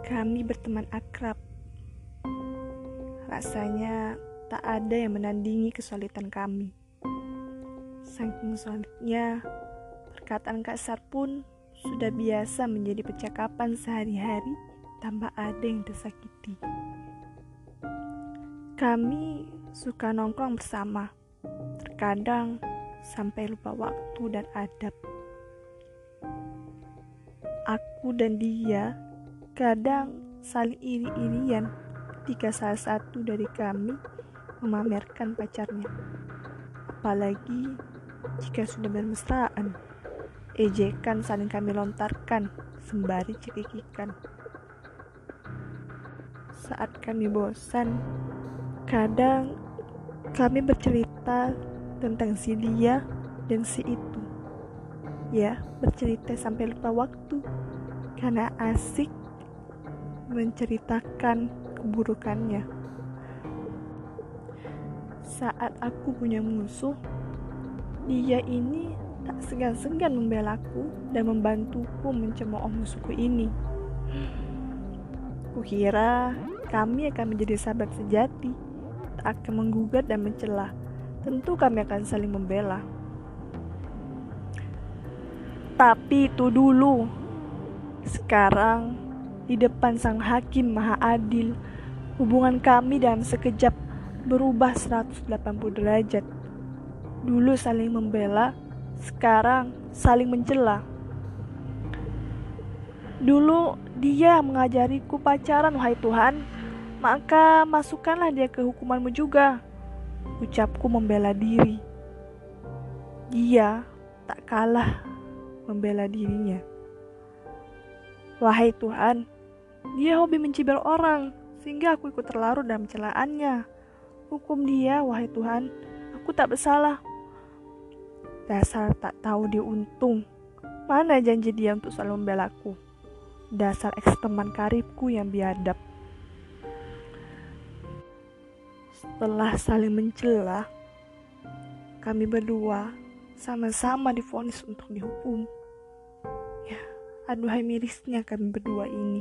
Kami berteman akrab. Rasanya tak ada yang menandingi kesulitan kami. Saking solidnya, perkataan kasar pun sudah biasa menjadi percakapan sehari-hari tanpa ada yang tersakiti. Kami suka nongkrong bersama, terkadang sampai lupa waktu dan adab. Aku dan dia kadang saling iri-irian ketika salah satu dari kami memamerkan pacarnya. Apalagi jika sudah bermesraan, ejekan saling kami lontarkan sembari cekikikan. Saat kami bosan, kadang kami bercerita tentang si dia dan si itu. Ya, bercerita sampai lupa waktu karena asik menceritakan keburukannya. Saat aku punya musuh, dia ini tak segan-segan membelaku dan membantuku mencemooh musuhku ini. Kukira kami akan menjadi sahabat sejati, tak akan menggugat dan mencela. Tentu kami akan saling membela. Tapi itu dulu. Sekarang, di depan sang hakim maha adil, hubungan kami dalam sekejap berubah 180 derajat. Dulu saling membela, sekarang saling mencela. Dulu dia mengajariku pacaran, wahai Tuhan, maka masukkanlah dia ke hukumanmu juga. Ucapku membela diri. Dia tak kalah membela dirinya. Wahai Tuhan, dia hobi mencibir orang, sehingga aku ikut terlarut dalam celaannya. Hukum dia, wahai Tuhan, aku tak bersalah. Dasar tak tahu dia untung. Mana janji dia untuk selalu membelaku? Dasar ex-teman karibku yang biadab. Setelah saling mencela, kami berdua sama-sama divonis untuk dihukum. Ya, aduhai mirisnya kami berdua ini.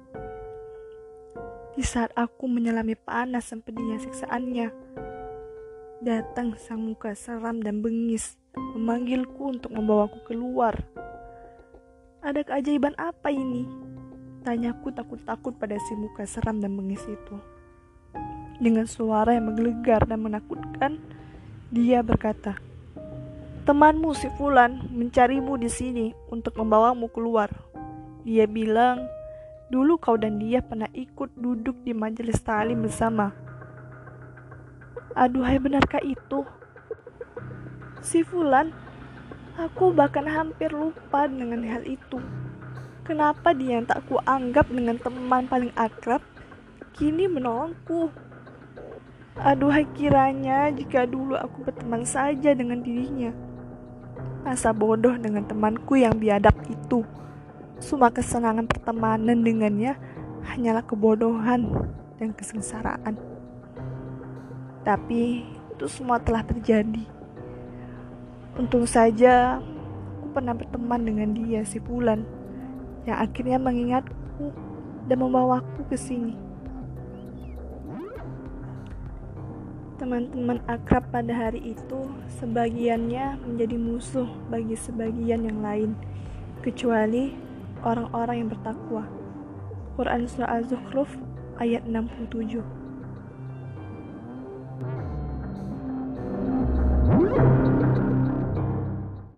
Di saat aku menyelami panas dan pedihnya siksaannya, datang sang muka seram dan bengis memanggilku untuk membawaku keluar. Ada keajaiban apa ini? Tanyaku takut-takut pada si muka seram dan bengis itu. Dengan suara yang menggelegar dan menakutkan, dia berkata, "Temanmu si Fulan mencarimu di sini untuk membawamu keluar. Dia bilang, dulu kau dan dia pernah ikut duduk di majelis ta'lim bersama." Aduhai, benarkah itu? Si Fulan, aku bahkan hampir lupa dengan hal itu. Kenapa dia yang tak kuanggap dengan teman paling akrab, kini menolongku? Aduhai, kiranya jika dulu aku berteman saja dengan dirinya. Masa bodoh dengan temanku yang biadab itu. Semua kesenangan pertemanan dengannya hanyalah kebodohan dan kesengsaraan. Tapi itu semua telah terjadi. Untung saja aku pernah berteman dengan dia, si Fulan, yang akhirnya mengingatku dan membawaku ke sini. Teman-teman akrab pada hari itu sebagiannya menjadi musuh bagi sebagian yang lain, kecuali orang-orang yang bertakwa. Quran Surah Az-Zukhruf ayat 67.